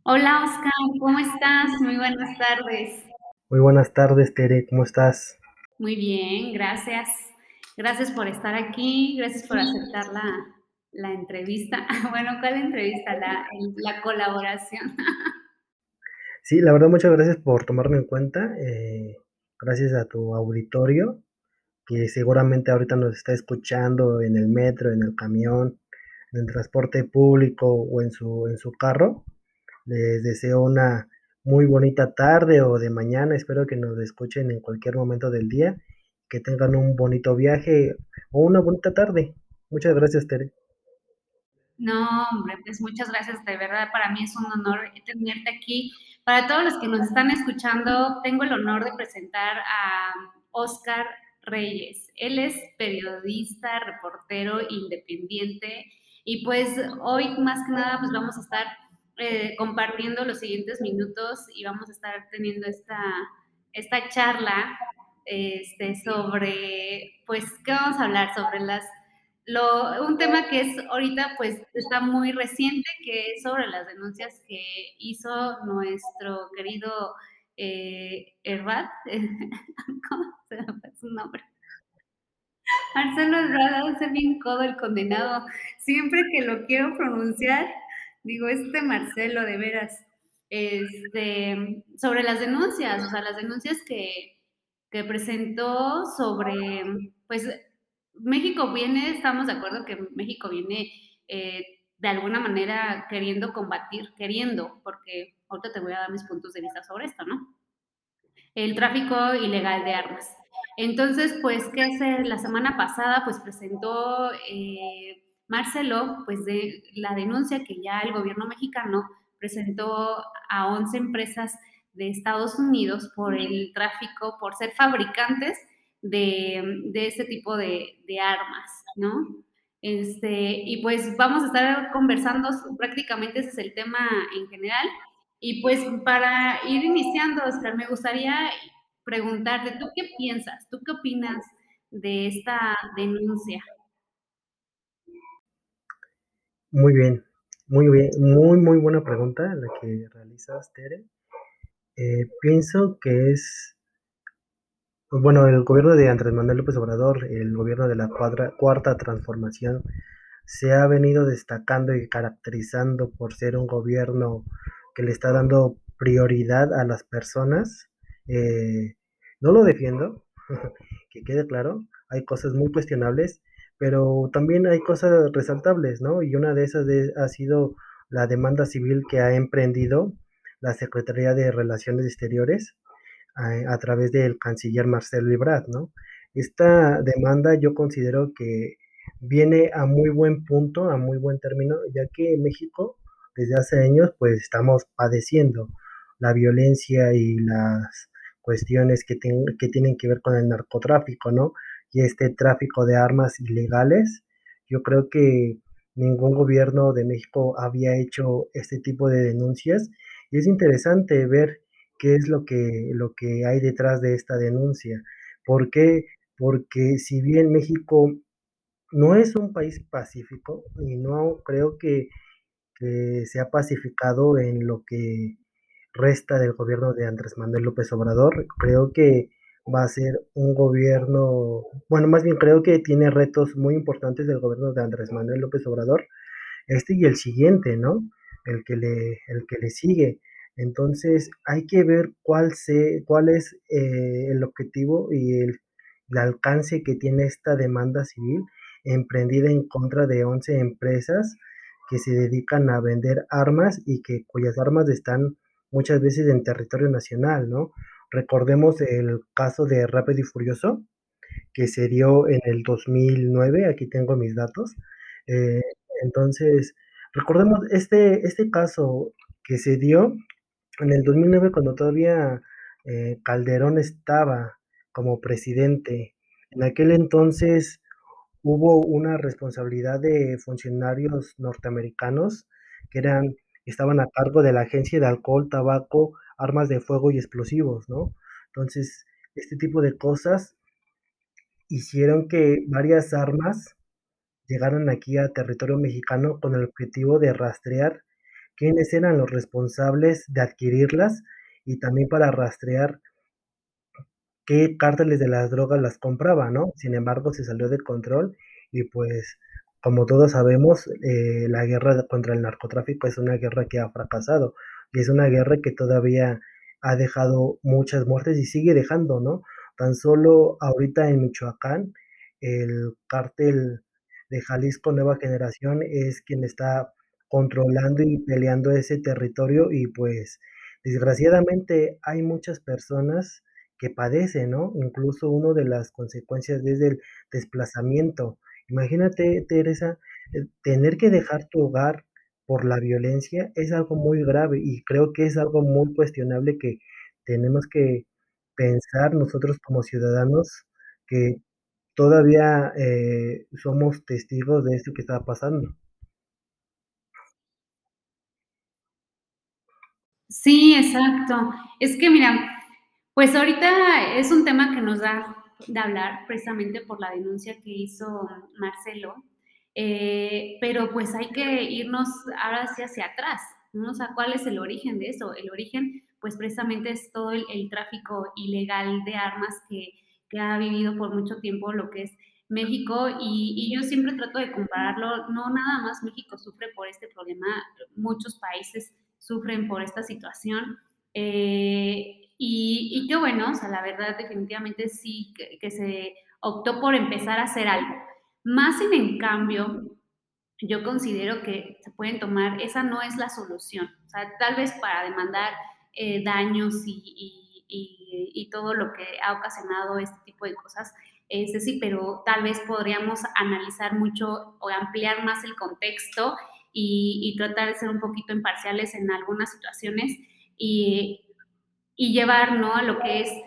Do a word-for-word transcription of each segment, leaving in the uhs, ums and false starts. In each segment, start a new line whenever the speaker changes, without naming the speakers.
Hola Oscar, ¿cómo estás? Muy buenas tardes.
Muy buenas tardes, Tere, ¿cómo estás?
Muy bien, gracias. Gracias por estar aquí, gracias por aceptar la, la entrevista. Bueno, ¿cuál entrevista? La, el- la colaboración.
Sí, la verdad, muchas gracias por tomarme en cuenta. Eh, gracias a tu auditorio, que seguramente ahorita nos está escuchando en el metro, en el camión, en el transporte público o en su, en su carro. Les deseo una muy bonita tarde o de mañana. Espero que nos escuchen en cualquier momento del día. Que tengan un bonito viaje o una bonita tarde. Muchas gracias, Tere.
No, hombre, pues muchas gracias, de verdad, para mí es un honor tenerte aquí. Para todos los que nos están escuchando, tengo el honor de presentar a Oscar Reyes. Él es periodista, reportero independiente y pues hoy más que nada pues vamos a estar eh, compartiendo los siguientes minutos y vamos a estar teniendo esta, esta charla este, sobre, pues, ¿qué vamos a hablar? Sobre las lo, un tema que es ahorita, pues, está muy reciente, que es sobre las denuncias que hizo nuestro querido eh, Herbat, ¿cómo se me fue su nombre? Marcelo Ebrard, ha de ser bien codo el condenado. Siempre que lo quiero pronunciar, digo, este Marcelo, de veras, este, sobre las denuncias, o sea, las denuncias que, que presentó sobre, pues, México viene, estamos de acuerdo que México viene eh, de alguna manera queriendo combatir, queriendo, porque ahorita te voy a dar mis puntos de vista sobre esto, ¿no? El tráfico ilegal de armas. Entonces, pues, ¿qué hace? La semana pasada, pues, presentó eh, Marcelo, pues, de la denuncia que ya el gobierno mexicano presentó a once empresas de Estados Unidos por el tráfico, por ser fabricantes de, de este tipo de, de armas, ¿no? Este, y pues vamos a estar conversando, prácticamente ese es el tema en general, y pues para ir iniciando, Oscar, me gustaría preguntarte, ¿tú qué piensas? ¿Tú qué opinas de esta denuncia?
Muy bien, muy bien, muy, muy buena pregunta la que realizas, Tere. Eh, pienso que es, pues bueno, el gobierno de Andrés Manuel López Obrador, el gobierno de la cuadra- cuarta transformación, se ha venido destacando y caracterizando por ser un gobierno que le está dando prioridad a las personas. Eh, no lo defiendo, que quede claro, hay cosas muy cuestionables, pero también hay cosas resaltables, ¿no? Y una de esas de- ha sido la demanda civil que ha emprendido la Secretaría de Relaciones Exteriores a, a través del canciller Marcelo Ebrard, ¿no? Esta demanda yo considero que viene a muy buen punto, a muy buen término, ya que en México desde hace años pues estamos padeciendo la violencia y las cuestiones que, ten, que tienen que ver con el narcotráfico, ¿no? Y este tráfico de armas ilegales. Yo creo que ningún gobierno de México había hecho este tipo de denuncias y es interesante ver qué es lo que, lo que hay detrás de esta denuncia. ¿Por qué? Porque si bien México no es un país pacífico y no creo que, que se ha pacificado en lo que resta del gobierno de Andrés Manuel López Obrador, creo que va a ser un gobierno, bueno, más bien creo que tiene retos muy importantes del gobierno de Andrés Manuel López Obrador, este y el siguiente, ¿no? El que le, el que le sigue. Entonces hay que ver cuál, se, cuál es eh, el objetivo y el, el alcance que tiene esta demanda civil emprendida en contra de once empresas que se dedican a vender armas y que cuyas armas están muchas veces en territorio nacional, ¿no? Recordemos el caso de Rápido y Furioso, que se dio en el dos mil nueve, aquí tengo mis datos. Eh, entonces, recordemos este, este caso que se dio en el dos mil nueve cuando todavía eh, Calderón estaba como presidente. En aquel entonces hubo una responsabilidad de funcionarios norteamericanos que eran, estaban a cargo de la Agencia de Alcohol, Tabaco, Armas de Fuego y Explosivos, ¿no? Entonces, este tipo de cosas hicieron que varias armas llegaran aquí a territorio mexicano con el objetivo de rastrear quiénes eran los responsables de adquirirlas y también para rastrear qué cárteles de las drogas las compraba, ¿no? Sin embargo, se salió de control y, pues, como todos sabemos, eh, la guerra de contra el narcotráfico es una guerra que ha fracasado, y es una guerra que todavía ha dejado muchas muertes y sigue dejando, ¿no? Tan solo ahorita en Michoacán, el cártel de Jalisco Nueva Generación es quien está controlando y peleando ese territorio y, pues, desgraciadamente hay muchas personas que padecen, ¿no? Incluso uno de las consecuencias es el desplazamiento. Imagínate, Teresa, eh, tener que dejar tu hogar por la violencia es algo muy grave y creo que es algo muy cuestionable que tenemos que pensar nosotros como ciudadanos que todavía, eh, somos testigos de esto que está pasando.
Sí, exacto. Es que mira, pues ahorita es un tema que nos da de hablar precisamente por la denuncia que hizo Marcelo, eh, pero pues hay que irnos ahora sí hacia atrás, ¿no? O sea, ¿cuál es el origen de eso? El origen, pues precisamente es todo el, el tráfico ilegal de armas que, que ha vivido por mucho tiempo lo que es México y, y yo siempre trato de compararlo, no nada más México sufre por este problema, muchos países sufren por esta situación. Eh, y, y, qué bueno, o sea, la verdad definitivamente sí que, que, se optó por empezar a hacer algo. Más sin en cambio, yo considero que se pueden tomar, esa no es la solución. O sea, tal vez para demandar eh, daños y, y, y, y, todo lo que ha ocasionado este tipo de cosas, ese sí, pero tal vez podríamos analizar mucho o ampliar más el contexto y, y tratar de ser un poquito imparciales en algunas situaciones y, y llevar, ¿no? A lo que es,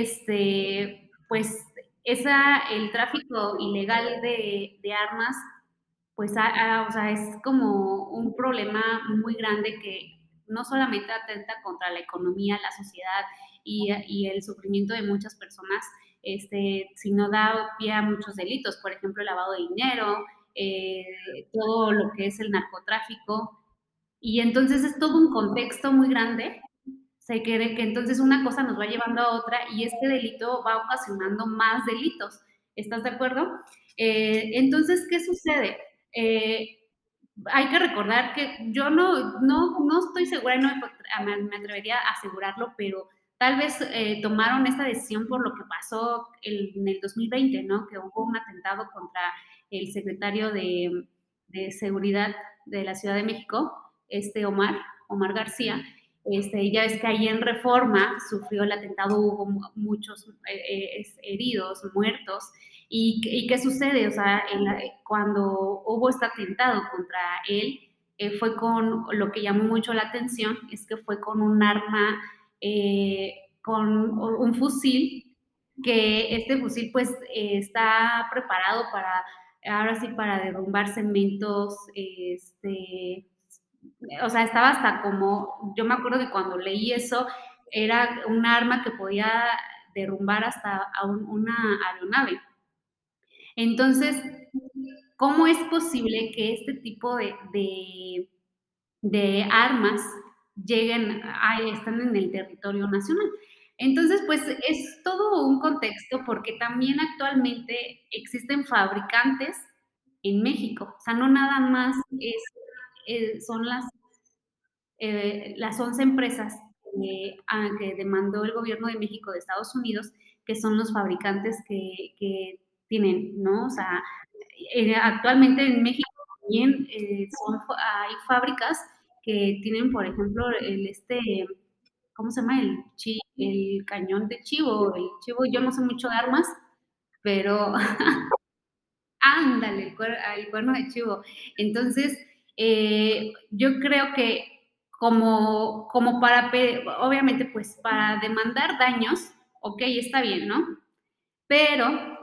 este, pues, esa, el tráfico ilegal de, de armas, pues, a, a, o sea, es como un problema muy grande que no solamente atenta contra la economía, la sociedad y, y el sufrimiento de muchas personas, este, sino da pie a muchos delitos, por ejemplo, el lavado de dinero, eh, todo lo que es el narcotráfico, y entonces es todo un contexto muy grande, se cree que entonces una cosa nos va llevando a otra y este delito va ocasionando más delitos. ¿Estás de acuerdo? Eh, entonces, ¿qué sucede? Eh, hay que recordar que yo no, no, no estoy segura, no me, me atrevería a asegurarlo, pero tal vez eh, tomaron esta decisión por lo que pasó el, en el dos mil veinte, ¿no? Que hubo un atentado contra el secretario de, de Seguridad de la Ciudad de México, este Omar, Omar García. Este, ya ves que ahí en Reforma sufrió el atentado, hubo muchos eh, heridos, muertos. ¿Y, ¿Y, qué sucede? O sea, la, cuando hubo este atentado contra él, eh, fue con, lo que llamó mucho la atención es que fue con un arma, eh, con un fusil, que este fusil pues eh, está preparado para, ahora sí, para derrumbar cementos, este, o sea, estaba hasta como, yo me acuerdo que cuando leí eso, era un arma que podía derrumbar hasta a un, una aeronave. Entonces, ¿cómo es posible que este tipo de, de, de armas lleguen, a, están en el territorio nacional? Entonces, pues es todo un contexto porque también actualmente existen fabricantes en México, o sea, no nada más es, eh, son las eh, las once empresas eh, a, que demandó el gobierno de México de Estados Unidos, que son los fabricantes que, que tienen, ¿no? O sea, eh, actualmente en México también eh, son, hay fábricas que tienen, por ejemplo, el este, ¿cómo se llama? El, chi, el cañón de chivo, el chivo, yo no sé mucho de armas, pero ándale, el, cuer el cuerno de chivo. Entonces, eh, yo creo que como, como para, obviamente, pues para demandar daños, ok, está bien, ¿no? Pero,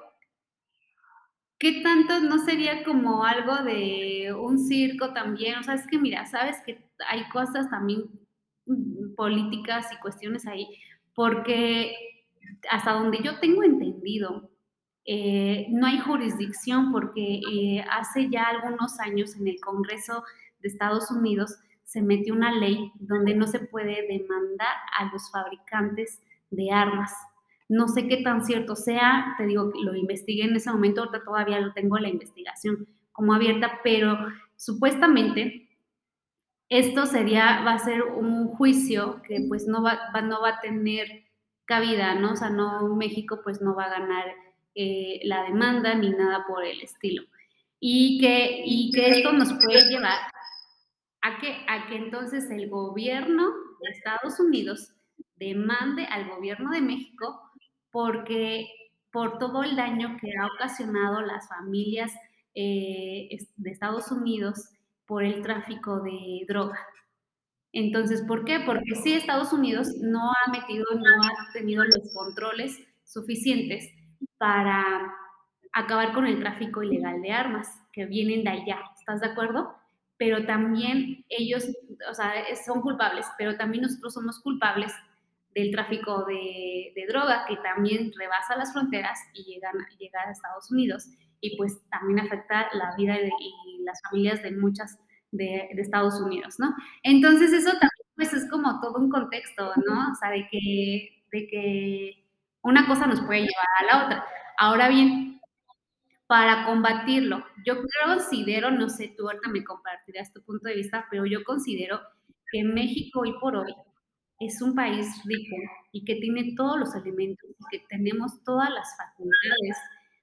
¿qué tanto no sería como algo de un circo también? O sea, es que mira, sabes que hay cosas también mm, políticas y cuestiones ahí, porque hasta donde yo tengo entendido, eh, no hay jurisdicción porque eh, hace ya algunos años en el Congreso de Estados Unidos se metió una ley donde no se puede demandar a los fabricantes de armas. No sé qué tan cierto sea, te digo que lo investigué en ese momento, ahorita todavía lo tengo la investigación como abierta, pero supuestamente esto sería, va a ser un juicio que pues no va, va, no va a tener cabida, ¿no? O sea, no, México pues no va a ganar eh, la demanda ni nada por el estilo. Y que, y que esto nos puede llevar a que, a que entonces el gobierno de Estados Unidos demande al gobierno de México porque por todo el daño que ha ocasionado las familias eh, de Estados Unidos por el tráfico de droga. Entonces, ¿por qué? Porque sí, Estados Unidos no ha metido, no ha tenido los controles suficientes para acabar con el tráfico ilegal de armas que vienen de allá. ¿Estás de acuerdo? Pero también ellos, o sea, son culpables, pero también nosotros somos culpables del tráfico de, de droga que también rebasa las fronteras y llegan, llega a Estados Unidos y pues también afecta la vida de, y las familias de muchas de, de Estados Unidos, ¿no? Entonces eso también pues es como todo un contexto, ¿no? O sea, de que, de que una cosa nos puede llevar a la otra. Ahora bien, para combatirlo, yo considero, no sé, tú ahorita me compartirás tu punto de vista, pero yo considero que México hoy por hoy es un país rico y que tiene todos los elementos y que tenemos todas las facultades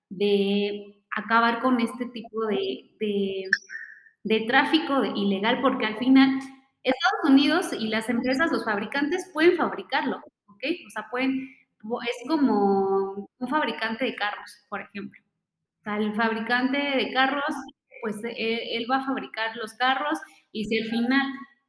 de acabar con este tipo de, de, de tráfico de, ilegal, porque al final Estados Unidos y las empresas, los fabricantes pueden fabricarlo, ¿ok? O sea, pueden, es como un fabricante de carros, por ejemplo. O sea, el fabricante de carros, pues él, él va a fabricar los carros y si al final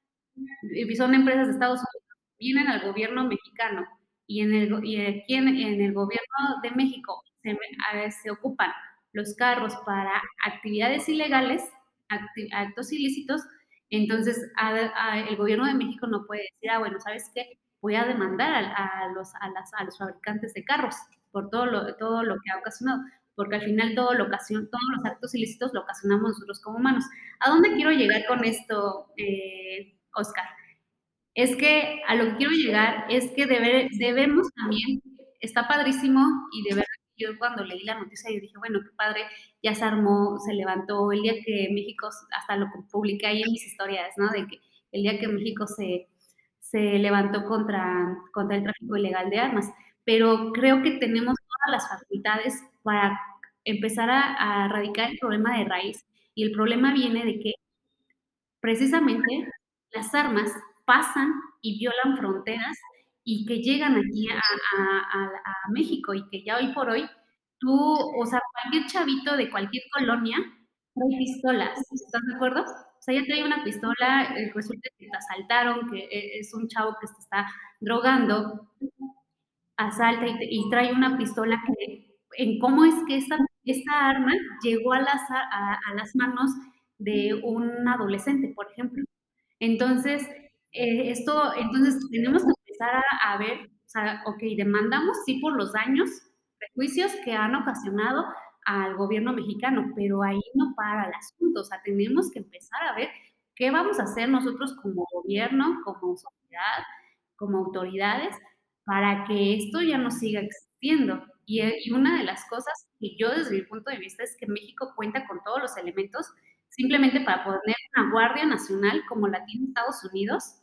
son empresas de Estados Unidos, vienen al gobierno mexicano y, en el, y aquí en, en el gobierno de México se, a, se ocupan los carros para actividades ilegales, acti, actos ilícitos, entonces a, a, el gobierno de México no puede decir, ah, bueno, ¿sabes qué? Voy a demandar a, a, los, a, las, a los fabricantes de carros por todo lo, todo lo que ha ocasionado, porque al final todo lo ocasiona, todos los actos ilícitos lo ocasionamos nosotros como humanos. ¿A dónde quiero llegar con esto, eh, Oscar? Es que a lo que quiero llegar es que debe, debemos también, está padrísimo y de verdad yo cuando leí la noticia yo dije, bueno, qué padre, ya se armó, se levantó el día que México, hasta lo publiqué ahí en mis historias, ¿no? De que el día que México se, se levantó contra, contra el tráfico ilegal de armas, pero creo que tenemos todas las facultades para empezar a, a erradicar el problema de raíz y el problema viene de que precisamente las armas pasan y violan fronteras y que llegan aquí a, a, a, a, México y que ya hoy por hoy tú, o sea, cualquier chavito de cualquier colonia trae pistolas, ¿estás de acuerdo? O sea, ya trae una pistola, eh, resulta que te asaltaron, que es un chavo que se está drogando, asalta y, y trae una pistola que, en cómo es que esta, esta arma llegó a las, a, a las manos de un adolescente, por ejemplo. Entonces, eh, esto, entonces tenemos que empezar a, a ver, o sea, ok, demandamos sí por los daños, prejuicios que han ocasionado al gobierno mexicano, pero ahí no para el asunto, o sea, tenemos que empezar a ver qué vamos a hacer nosotros como gobierno, como sociedad, como autoridades, para que esto ya no siga existiendo. Y, y una de las cosas que yo desde mi punto de vista es que México cuenta con todos los elementos simplemente para poner una Guardia Nacional como la tiene Estados Unidos,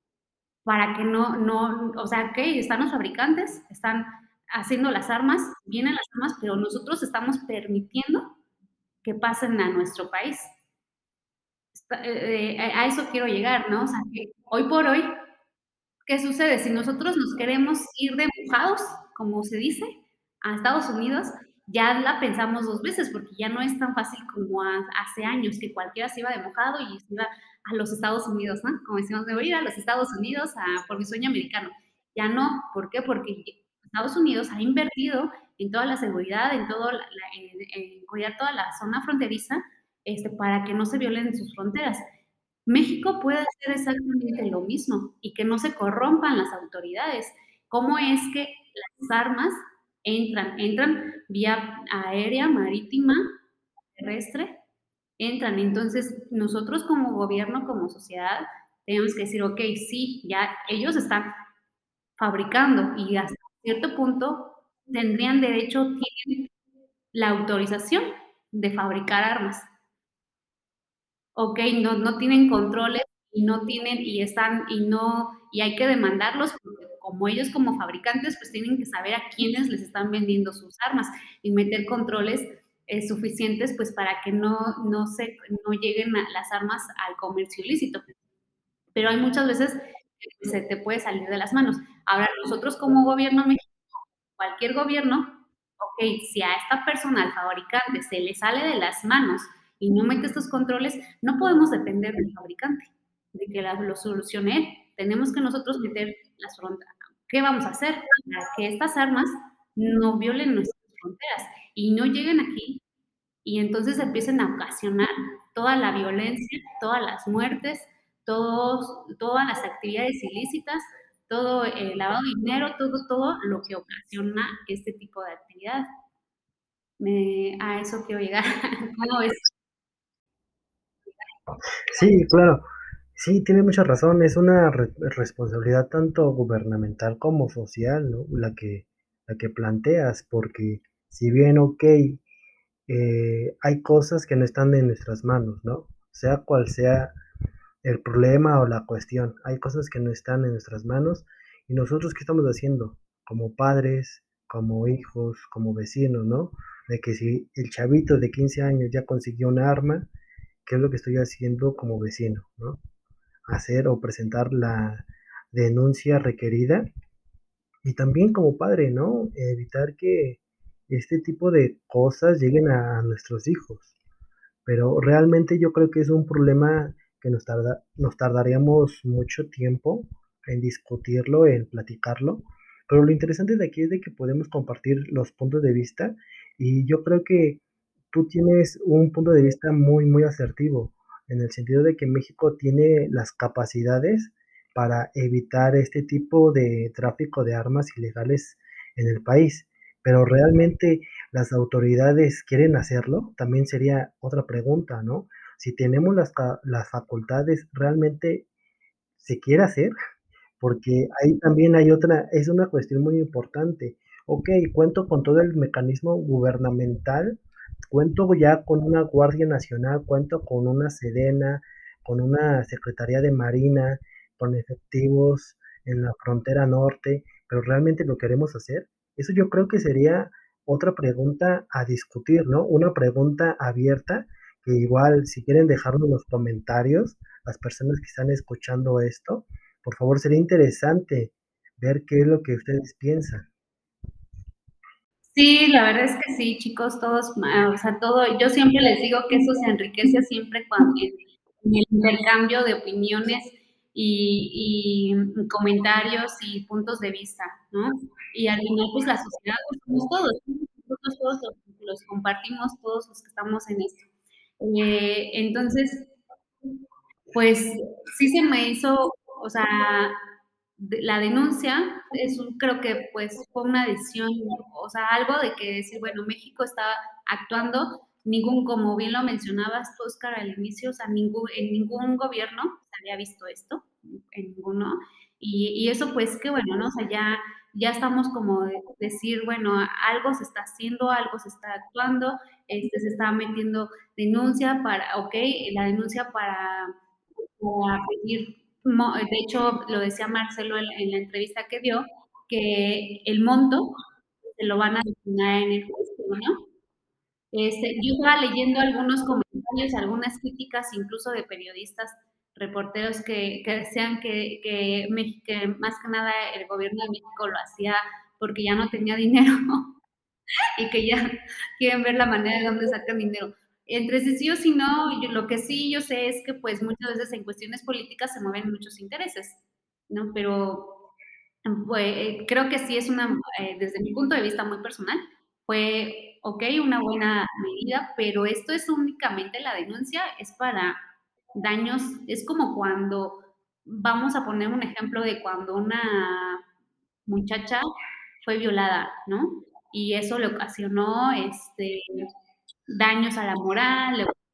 para que no, no, o sea, que están los fabricantes, están haciendo las armas, vienen las armas, pero nosotros estamos permitiendo que pasen a nuestro país. Eh, eh, a eso quiero llegar, ¿no? O sea, que hoy por hoy, ¿qué sucede? Si nosotros nos queremos ir de mojados, como se dice, a Estados Unidos, ya la pensamos dos veces, porque ya no es tan fácil como a, hace años, que cualquiera se iba de mojado y se iba a los Estados Unidos, ¿no? Como decimos, me voy a ir a los Estados Unidos a, por mi sueño americano. Ya no, ¿por qué? Porque Estados Unidos ha invertido en toda la seguridad, en, todo la, la, en, en cuidar toda la zona fronteriza, este, para que no se violen sus fronteras. México puede hacer exactamente lo mismo y que no se corrompan las autoridades. ¿Cómo es que las armas entran? Entran vía aérea, marítima, terrestre, entran. Entonces, nosotros como gobierno, como sociedad, tenemos que decir, ok, sí, ya ellos están fabricando y hasta cierto punto tendrían derecho, tienen la autorización de fabricar armas. Okey, no no tienen controles y no tienen y están y no y hay que demandarlos, porque como ellos como fabricantes, pues tienen que saber a quiénes les están vendiendo sus armas y meter controles, eh, suficientes, pues para que no no se no lleguen a las armas al comercio ilícito. Pero hay muchas veces que se te puede salir de las manos. Ahora, nosotros como gobierno mexicano, cualquier gobierno, okey, si a esta persona, al fabricante, se le sale de las manos y no mete estos controles, no podemos depender del fabricante, de que la lo solucione él. Tenemos que nosotros meter las fronteras. ¿Qué vamos a hacer para que estas armas no violen nuestras fronteras y no lleguen aquí y entonces empiecen a ocasionar toda la violencia, todas las muertes, todos, todas las actividades ilícitas, todo el lavado de dinero, todo, todo lo que ocasiona este tipo de actividad? Me, a eso quiero llegar. ¿Cómo ves?
Sí, claro. Sí, tiene mucha razón. Es una re responsabilidad tanto gubernamental como social, ¿no? La que la que planteas, porque si bien, okey, eh, hay cosas que no están en nuestras manos, ¿no? Sea cual sea el problema o la cuestión, hay cosas que no están en nuestras manos, y nosotros, ¿qué estamos haciendo? Como padres, como hijos, como vecinos, ¿no? De que si el chavito de quince años ya consiguió un arma, ¿qué es lo que estoy haciendo como vecino, no? Hacer o presentar la denuncia requerida y también como padre, ¿no? Evitar que este tipo de cosas lleguen a nuestros hijos. Pero realmente yo creo que es un problema que nos tarda nos tardaríamos mucho tiempo en discutirlo, en platicarlo, pero lo interesante de aquí es de que podemos compartir los puntos de vista, y yo creo que tú tienes un punto de vista muy, muy asertivo, en el sentido de que México tiene las capacidades para evitar este tipo de tráfico de armas ilegales en el país, pero realmente las autoridades quieren hacerlo, también sería otra pregunta, ¿no? Si tenemos las ca las facultades, ¿realmente se quiere hacer? Porque ahí también hay otra es una cuestión muy importante. Okey, cuento con todo el mecanismo gubernamental, cuento ya con una Guardia Nacional, cuento con una Sedena, con una Secretaría de Marina, con efectivos en la frontera norte, pero, ¿realmente lo queremos hacer? Eso yo creo que sería otra pregunta a discutir, ¿no? Una pregunta abierta, que igual si quieren dejarlo en los comentarios, las personas que están escuchando esto, por favor, sería interesante ver qué es lo que ustedes piensan.
Sí, la verdad es que sí, chicos, todos, ma o sea, todo yo siempre les digo que eso se enriquece siempre cuan en en el intercambio de opiniones y y comentarios y puntos de vista, ¿no? Y al final, pues, la sociedad, pues, somos todos, nosotros todos los los compartimos, todos los que estamos en esto. Eh, entonces pues, sí se me hizo, o sea, de la denuncia es un creo que, pues, fue una decisión, o sea, algo de que decir, bueno, México está actuando, ningún como bien lo mencionabas tú, Óscar, al inicio, o sea, ningún en ningún gobierno se había visto esto, en ninguno. Y y eso, pues, qué bueno, ¿no? O sea, ya ya estamos como de decir, bueno, algo se está haciendo, algo se está actuando, este, se está metiendo denuncia para okey, la denuncia para para pedir mo de hecho, lo decía Marcelo en la en la entrevista que dio, que el monto se lo van a destinar en el juicio, ¿no? Este, yo estaba leyendo algunos comentarios, algunas críticas, incluso de periodistas, reporteros que que decían que que Mex que más que nada el gobierno de México lo hacía porque ya no tenía dinero y que ya quieren ver la manera de dónde sacan dinero. Entre si sí o si no, yo lo que sí yo sé es que, pues, muchas veces en cuestiones políticas se mueven muchos intereses, ¿no? Pero, pue creo que sí es una, eh, desde mi punto de vista muy personal, fue, okey, una buena medida, pero esto es únicamente la denuncia, es para daños es como cuando vamos a poner un ejemplo de cuando una muchacha fue violada, ¿no? Y eso le ocasionó, este, daños a la moral, le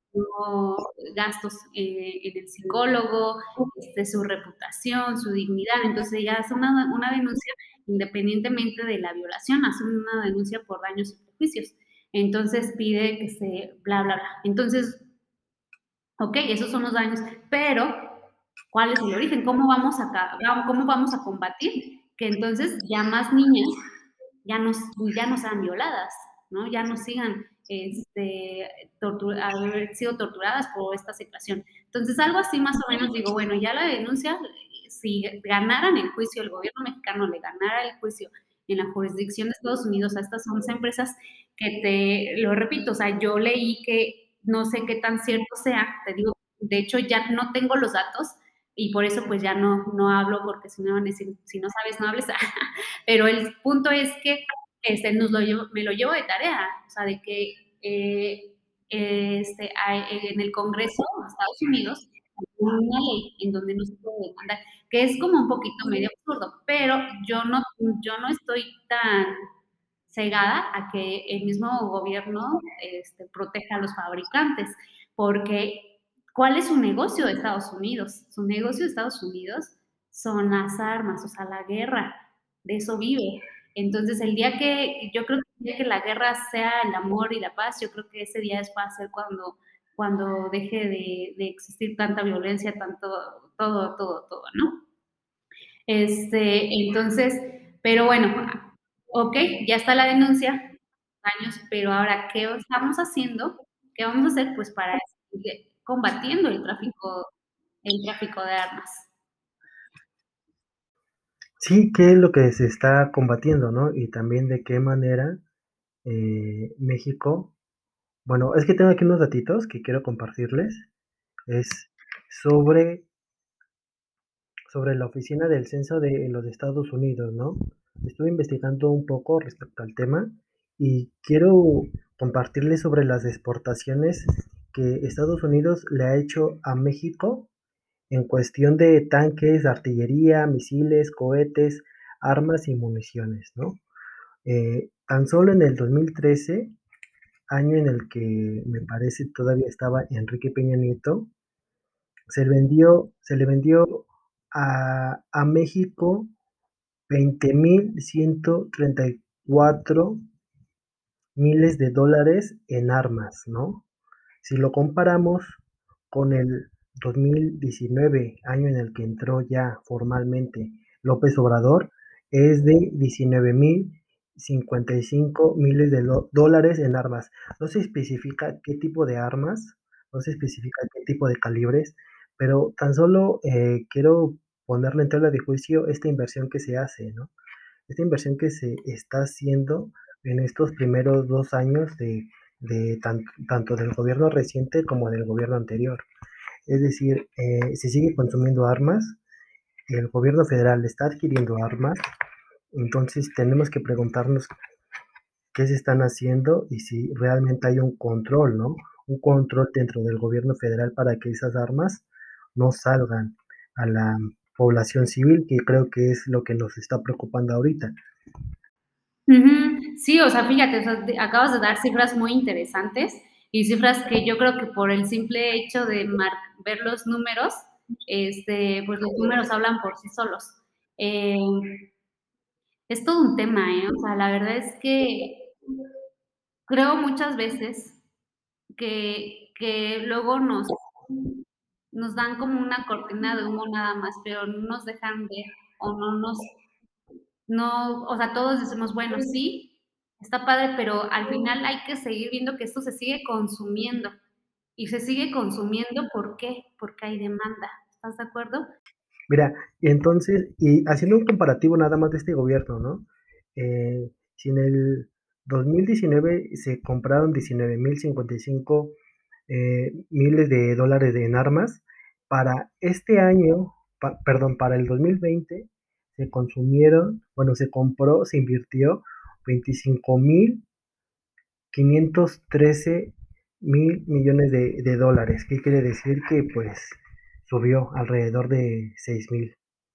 no gastos eh, en el psicólogo, este, su reputación, su dignidad. Entonces ella hace una, una denuncia independientemente de la violación, hace una denuncia por daños y perjuicios. Entonces pide que se bla, bla, bla. Entonces, ok, esos son los daños, pero ¿cuál es el origen? ¿Cómo vamos a, cómo vamos a combatir que entonces ya más niñas ya no, ya no sean violadas, ¿no? Ya no sigan este, tortura, haber sido torturadas por esta situación? Entonces, algo así más o menos digo, bueno, ya la denuncia, si ganaran el juicio, el gobierno mexicano le ganara el juicio en la jurisdicción de Estados Unidos a estas once empresas, que te lo repito, o sea, yo leí que no sé qué tan cierto sea, te digo, de hecho ya no tengo los datos y por eso pues ya no, no hablo porque si no van a decir, si no sabes, no hables. Pero el punto es que este, nos lo llevo, me lo llevo de tarea, o sea, de que eh, este, hay, en el Congreso de Estados Unidos hay una ley en donde no se puede demandar, que es como un poquito medio absurdo, pero yo no, yo no estoy tan cegada a que el mismo gobierno este, proteja a los fabricantes, porque ¿cuál es su negocio de Estados Unidos? Su negocio de Estados Unidos son las armas, o sea, la guerra, de eso vive. Entonces, el día que, yo creo que el día que la guerra sea el amor y la paz, yo creo que ese día es, va a ser cuando, cuando deje de, de existir tanta violencia, tanto, todo, todo, todo, ¿no? Este, entonces, pero bueno, ok, ya está la denuncia, años, pero ahora, ¿qué estamos haciendo? ¿Qué vamos a hacer? Pues para seguir combatiendo el tráfico, el tráfico de armas.
Sí, ¿qué es lo que se está combatiendo, no? Y también de qué manera eh, México, bueno, es que tengo aquí unos datitos que quiero compartirles, es sobre sobre la oficina del censo de los Estados Unidos, ¿no? Estuve investigando un poco respecto al tema y quiero compartirles sobre las exportaciones que Estados Unidos le ha hecho a México en cuestión de tanques, artillería, misiles, cohetes, armas y municiones, ¿no? Eh, tan solo en el dos mil trece, año en el que me parece todavía estaba Enrique Peña Nieto, se vendió, se le vendió a, a México veinte mil ciento treinta y cuatro miles de dólares en armas, ¿no? Si lo comparamos con el dos mil diecinueve, año en el que entró ya formalmente López Obrador, es de diecinueve mil cincuenta y cinco miles de dólares en armas. No se especifica qué tipo de armas, no se especifica qué tipo de calibres, pero tan solo eh, quiero ponerle en tela de juicio esta inversión que se hace, ¿no? Esta inversión que se está haciendo en estos primeros dos años de, de tan, tanto del gobierno reciente como del gobierno anterior. Es decir, eh, se sigue consumiendo armas, el gobierno federal está adquiriendo armas, entonces tenemos que preguntarnos qué se están haciendo y si realmente hay un control, ¿no? Un control dentro del gobierno federal para que esas armas no salgan a la población civil, que creo que es lo que nos está preocupando ahorita.
Uh-huh. Sí, o sea, fíjate, o sea, acabas de dar cifras muy interesantes y cifras que yo creo que por el simple hecho de ver los números, este, pues los números hablan por sí solos. Eh, es todo un tema, ¿eh? O sea, la verdad es que creo muchas veces que, que luego nos, nos dan como una cortina de humo nada más, pero no nos dejan ver o no nos, no, o sea, todos decimos, bueno, sí, está padre, pero al final hay que seguir viendo que esto se sigue consumiendo y se sigue consumiendo, ¿por qué? Porque hay demanda, ¿estás de acuerdo?
Mira, y entonces, y haciendo un comparativo nada más de este gobierno, ¿no? Eh, si en el dos mil diecinueve se compraron diecinueve mil cincuenta y cinco eh, miles de dólares en armas, para este año, pa- perdón, para el dos mil veinte se consumieron, bueno, se compró, se invirtió veinticinco mil quinientos trece mil millones de, de dólares. ¿Qué quiere decir? Que pues subió alrededor de seis mil.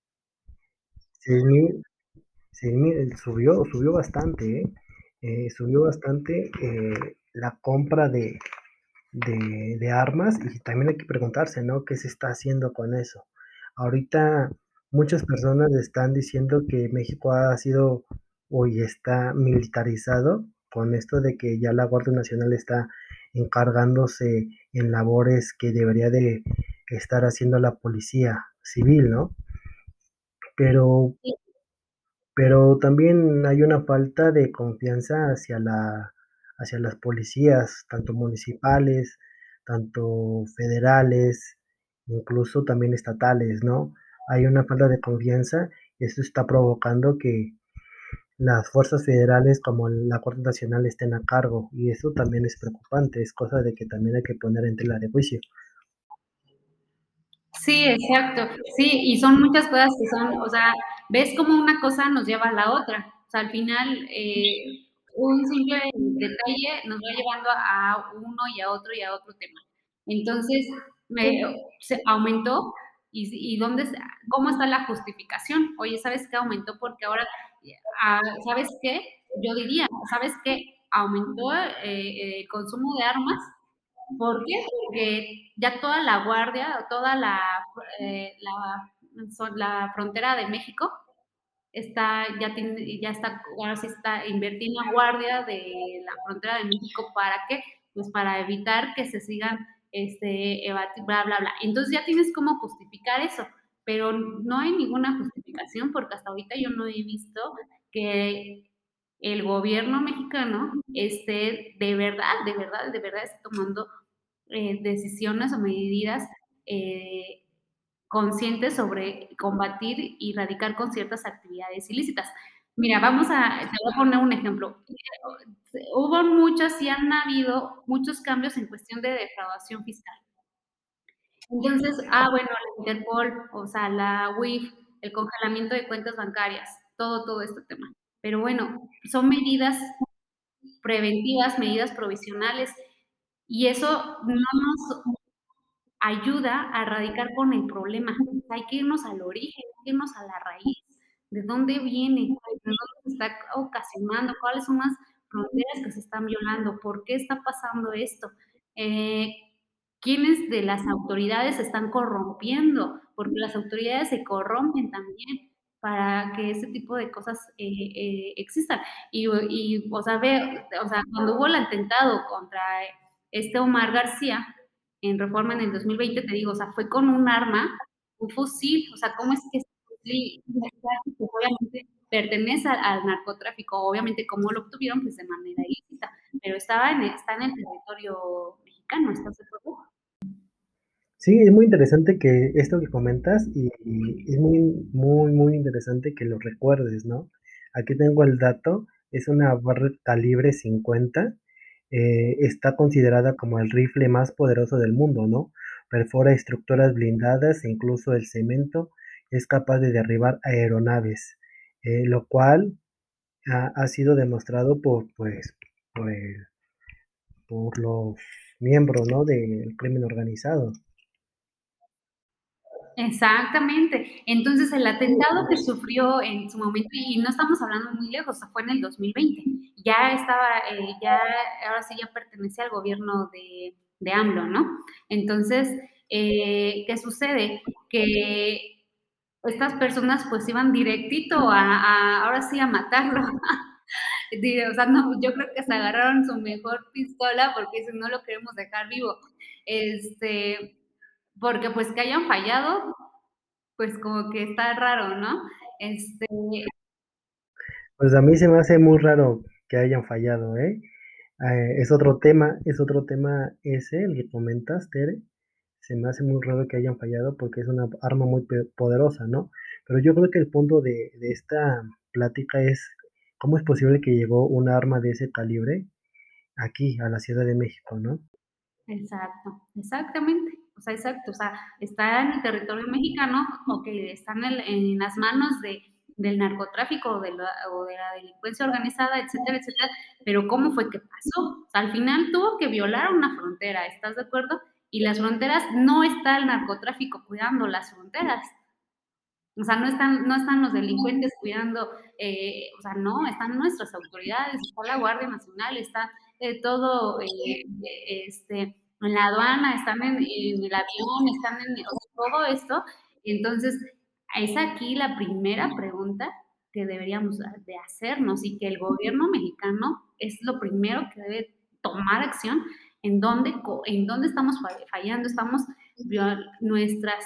seis mil, seis mil, subió, subió bastante, ¿eh? Eh, subió bastante eh, la compra de, de de armas y también hay que preguntarse, ¿no?, ¿qué se está haciendo con eso? Ahorita muchas personas están diciendo que México ha sido hoy está militarizado con esto de que ya la Guardia Nacional está encargándose en labores que debería de estar haciendo la policía civil, ¿no? Pero
Sí.
pero también hay una falta de confianza hacia la hacia las policías, tanto municipales, tanto federales, incluso también estatales, ¿no? Hay una falta de confianza, eso está provocando que las fuerzas federales, como la Guardia Nacional, estén a cargo, y eso también es preocupante, es cosa de que también hay que poner en tela de juicio.
Sí, exacto. Sí, y son muchas cosas que son, o sea, ves cómo una cosa nos lleva a la otra. O sea, al final, eh, un simple detalle nos va llevando a uno y a otro y a otro tema. Entonces, me se aumentó y s y dónde está ¿cómo está la justificación? Oye, ¿sabes qué? Aumentó porque ahora, ah, ¿sabes qué? Yo diría, ¿sabes qué? Aumentó, eh, el consumo de armas, ¿por qué? Porque ya toda la guardia, toda la, eh, la so la frontera de México está ya tiene ya está ahora sí está invertí en la guardia de la frontera de México, ¿para qué? Pues para evitar que se sigan, este, evati bla, bla, bla. Entonces ya tienes cómo justificar eso, pero no hay ninguna justificación, porque hasta ahorita yo no he visto que el gobierno mexicano esté de verdad, de verdad, de verdad esté tomando, eh, decisiones o medidas, eh, conscientes sobre combatir y erradicar con ciertas actividades ilícitas. Mira, vamos a te voy a poner un ejemplo. Hubo muchos y han habido muchos cambios en cuestión de defraudación fiscal. Entonces, ah, bueno, la Interpol, o sea, la U I F, el congelamiento de cuentas bancarias, todo, todo este tema. Pero bueno, son medidas preventivas, medidas provisionales, y eso no nos ayuda a erradicar con el problema. Hay que irnos al origen, hay que irnos a la raíz, ¿de dónde viene? ¿De dónde se está ocasionando? ¿Cuáles son las fronteras que se están violando? ¿Por qué está pasando esto? Eh, ¿quiénes de las autoridades se están corrompiendo? Porque las autoridades se corrompen también para que ese tipo de cosas, eh eh, existan. Y y, o sea, ve, o sea, cuando hubo el atentado contra este Omar García en Reforma en el dos mil veinte, te digo, o sea, fue con un arma, un fusil, o sea, ¿cómo es que ese fusil obviamente pertenece al al narcotráfico? Obviamente, ¿cómo lo obtuvieron? Pues de manera ilícita, pero estaba en el está en el territorio mexicano, ¿estás de acuerdo?
Sí, es muy interesante que esto que comentas y y es muy, muy, muy interesante que lo recuerdes, ¿no? Aquí tengo el dato, es una Barrett calibre cincuenta, eh, está considerada como el rifle más poderoso del mundo, ¿no? Perfora estructuras blindadas e incluso el cemento, es capaz de derribar aeronaves, eh, lo cual ha ha sido demostrado por, pues, por el por los miembros, ¿no?, del crimen organizado.
Exactamente. Entonces, el atentado que sufrió en su momento, y no estamos hablando muy lejos, o sea, fue en el dos mil veinte, ya estaba, eh, ya ahora sí ya pertenecía al gobierno de de AMLO, ¿no? Entonces, eh, ¿qué sucede? Que estas personas, pues, iban directito a a ahora sí a matarlo. Di o sea, no, yo creo que hasta agarraron su mejor pistola porque dicen: "No lo queremos dejar vivo". Este, porque, pues, que hayan fallado, pues, como que está raro, ¿no? Este
Pues, a mí se me hace muy raro que hayan fallado, ¿eh? Eh, es otro tema es otro tema ese, el que comentas, Tere. Se me hace muy raro que hayan fallado porque es una arma muy pe poderosa, ¿no? Pero yo creo que el punto de de esta plática es, ¿cómo es posible que llegó un arma de ese calibre aquí, a la Ciudad de México, no?
Exacto, exactamente. O sea, exacto, o sea, está en el territorio mexicano, okey, está en el en las manos de del narcotráfico o de la o de la delincuencia organizada, etcétera, etcétera, pero ¿cómo fue que pasó? O sea, al final tuvo que violar una frontera, ¿estás de acuerdo? Y las fronteras no está el narcotráfico cuidando las fronteras. O sea, no están no están los delincuentes cuidando, eh, o sea, no, están nuestras autoridades, está la Guardia Nacional, está, eh, todo, eh, este en la aduana, están en en el avión, están en o sea, todo esto. Entonces, es aquí la primera pregunta que deberíamos de hacernos y que el gobierno mexicano es lo primero que debe tomar acción en dónde co en dónde estamos fa fallando, estamos viol nuestras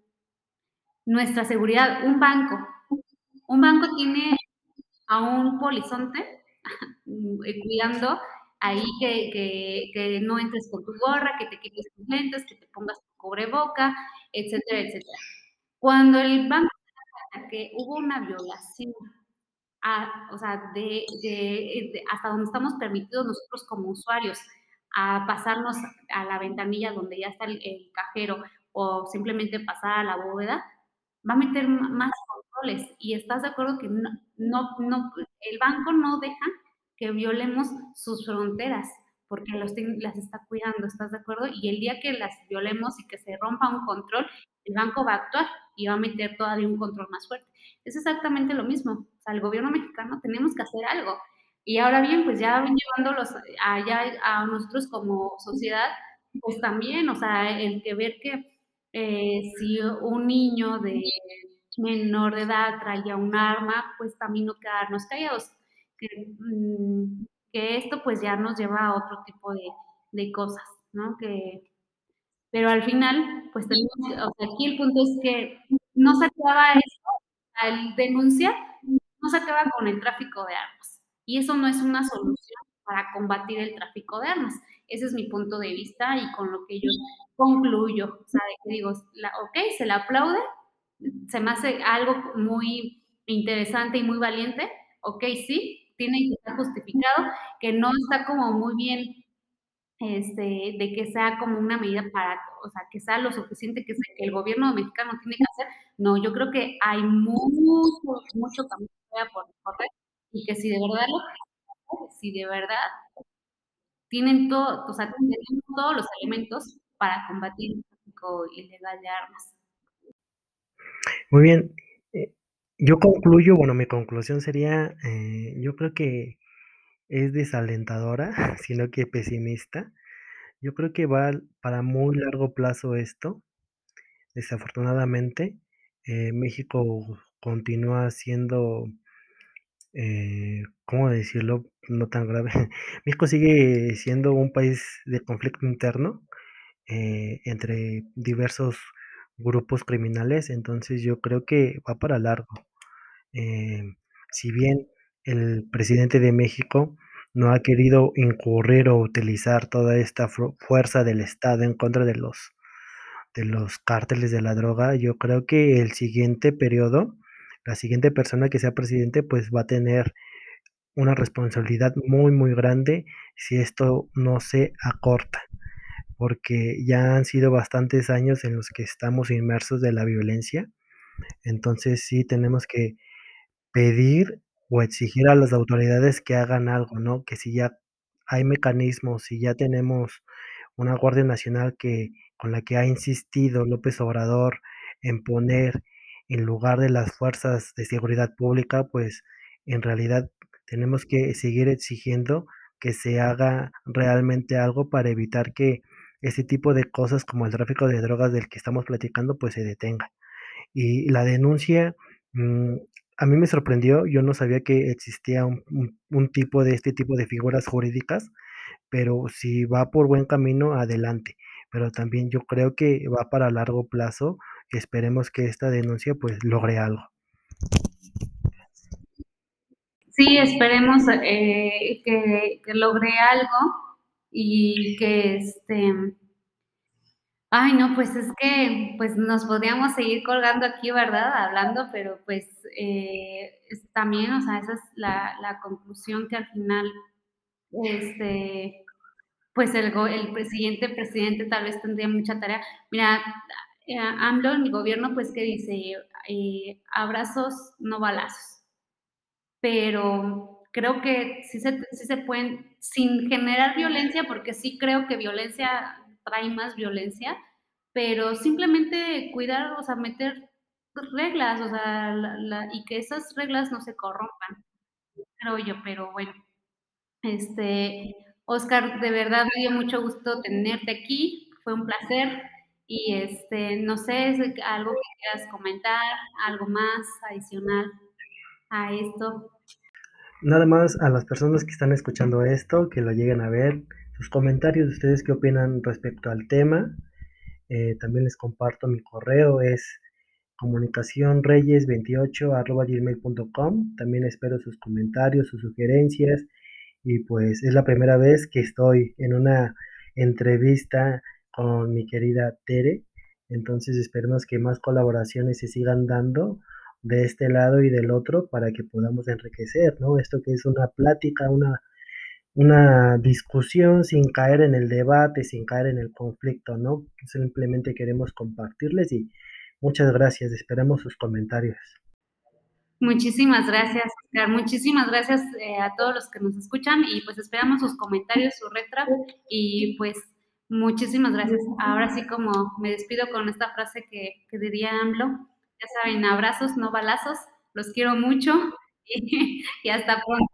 nuestra seguridad. Un banco, un banco tiene a un polizonte mm, eh, cuidando ahí que que que no entres con tu gorra, que te quites tus lentes, que te pongas tu cubreboca, etcétera, etcétera. Cuando el banco se da cuenta que hubo una violación, a o sea, de de de hasta donde estamos permitidos nosotros como usuarios, a pasarnos a la ventanilla donde ya está el el cajero o simplemente pasar a la bóveda, va a meter m más controles. ¿Y estás de acuerdo que no no no el banco no deja que violemos sus fronteras? Porque los ten las está cuidando, ¿estás de acuerdo? Y el día que las violemos y que se rompa un control, el banco va a actuar y va a meter todavía un control más fuerte. Es exactamente lo mismo. O sea, el gobierno mexicano tenemos que hacer algo. Y ahora bien, pues ya llevándolos allá a nosotros como sociedad, pues también, o sea, el que ver que eh, si un niño de menor de edad traía un arma, pues también no quedarnos callados. Que, mm, que esto pues ya nos lleva a otro tipo de, de cosas, ¿no? Que, pero al final, pues tenemos, o sea, aquí el punto es que no se acaba esto al denunciar, no se acaba con el tráfico de armas. Y eso no es una solución para combatir el tráfico de armas. Ese es mi punto de vista y con lo que yo concluyo. O sea, de que digo, la, ok, se le aplaude, se me hace algo muy interesante y muy valiente. Ok, sí, tiene que estar justificado, que no está como muy bien este, de que sea como una medida para, o sea, que sea lo suficiente que, se, que el gobierno mexicano tiene que hacer. No, yo creo que hay mucho, mucho camino todavía por recorrer y que si de verdad lo si de verdad tienen todo, o sea, tenemos todos los elementos para combatir el tráfico ilegal de armas.
Muy bien. Eh, yo concluyo, bueno, mi conclusión sería, eh, yo creo que es desalentadora, sino que pesimista. Yo creo que va para muy largo plazo esto. Desafortunadamente, eh, México continúa siendo, eh, ¿cómo decirlo? No tan grave. México sigue siendo un país de conflicto interno, eh, entre diversos grupos criminales, entonces yo creo que va para largo. Eh, si bien el presidente de México no ha querido incurrir o utilizar toda esta fu fuerza del Estado en contra de los de los cárteles de la droga, yo creo que el siguiente periodo, la siguiente persona que sea presidente, pues va a tener una responsabilidad muy, muy grande si esto no se acorta, porque ya han sido bastantes años en los que estamos inmersos de la violencia. Entonces sí tenemos que pedir o exigir a las autoridades que hagan algo, ¿no? Que si ya hay mecanismos, si ya tenemos una Guardia Nacional que con la que ha insistido López Obrador en poner en lugar de las fuerzas de seguridad pública, pues, en realidad tenemos que seguir exigiendo que se haga realmente algo para evitar que ese tipo de cosas, como el tráfico de drogas del que estamos platicando, pues, se detenga. Y la denuncia, mm, a mí me sorprendió, yo no sabía que existía un un un tipo de este tipo de figuras jurídicas, pero si va por buen camino, adelante. Pero también yo creo que va para largo plazo, esperemos que esta denuncia, pues, logre algo.
Sí, esperemos eh, que, que logre algo y que este ay, no, pues es que, pues nos podríamos seguir colgando aquí, ¿verdad? Hablando, pero pues eh, es también, o sea, esa es la, la conclusión que al final, este, pues el, go- el presidente, presidente tal vez tendría mucha tarea. Mira, eh, AMLO en el gobierno, pues que dice, eh, abrazos, no balazos, pero creo que sí se, sí se pueden, sin generar violencia, porque sí creo que violencia trae más violencia, pero simplemente cuidar, o sea, meter reglas, o sea, la- la- y que esas reglas no se corrompan, creo yo, pero bueno, este, Óscar, de verdad me dio mucho gusto tenerte aquí, fue un placer y, este, no sé, si algo que quieras comentar, algo más adicional a esto.
Nada más a las personas que están escuchando esto, que lo lleguen a ver, sus comentarios de ustedes qué opinan respecto al tema. Eh, también les comparto mi correo, es comunicacionreyes veintiocho arroba gmail punto com. También espero sus comentarios, sus sugerencias y pues es la primera vez que estoy en una entrevista con mi querida Tere, entonces esperemos que más colaboraciones se sigan dando de este lado y del otro para que podamos enriquecer, ¿no? Esto que es una plática, una, una discusión sin caer en el debate, sin caer en el conflicto, ¿no? Simplemente queremos compartirles y muchas gracias, esperamos sus comentarios.
Muchísimas gracias, Oscar. Muchísimas gracias eh, a todos los que nos escuchan y pues esperamos sus comentarios, su retro y pues muchísimas gracias. Ahora sí como me despido con esta frase que, que diría AMLO, ya saben, abrazos, no balazos, los quiero mucho y, y hasta pronto.